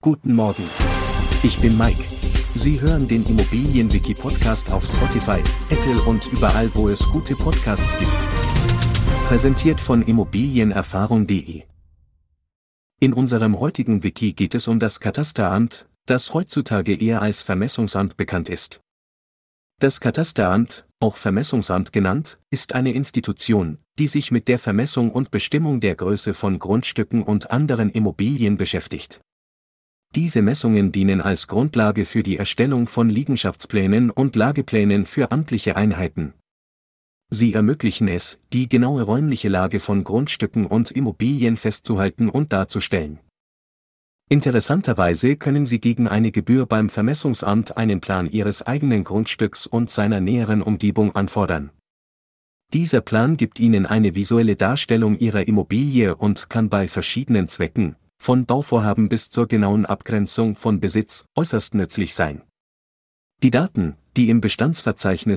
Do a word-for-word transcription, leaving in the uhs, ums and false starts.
Guten Morgen. Ich bin Mike. Sie hören den Immobilienwiki-Podcast auf Spotify, Apple und überall, wo es gute Podcasts gibt. Präsentiert von immobilienerfahrung punkt de. In unserem heutigen Wiki geht es um das Katasteramt, das heutzutage eher als Vermessungsamt bekannt ist. Das Katasteramt, auch Vermessungsamt genannt, ist eine Institution, die sich mit der Vermessung und Bestimmung der Größe von Grundstücken und anderen Immobilien beschäftigt. Diese Messungen dienen als Grundlage für die Erstellung von Liegenschaftsplänen und Lageplänen für amtliche Einheiten. Sie ermöglichen es, die genaue räumliche Lage von Grundstücken und Immobilien festzuhalten und darzustellen. Interessanterweise können Sie gegen eine Gebühr beim Vermessungsamt einen Plan Ihres eigenen Grundstücks und seiner näheren Umgebung anfordern. Dieser Plan gibt Ihnen eine visuelle Darstellung Ihrer Immobilie und kann bei verschiedenen Zwecken, von Bauvorhaben bis zur genauen Abgrenzung von Besitz, äußerst nützlich sein. Die Daten, die im Bestandsverzeichnis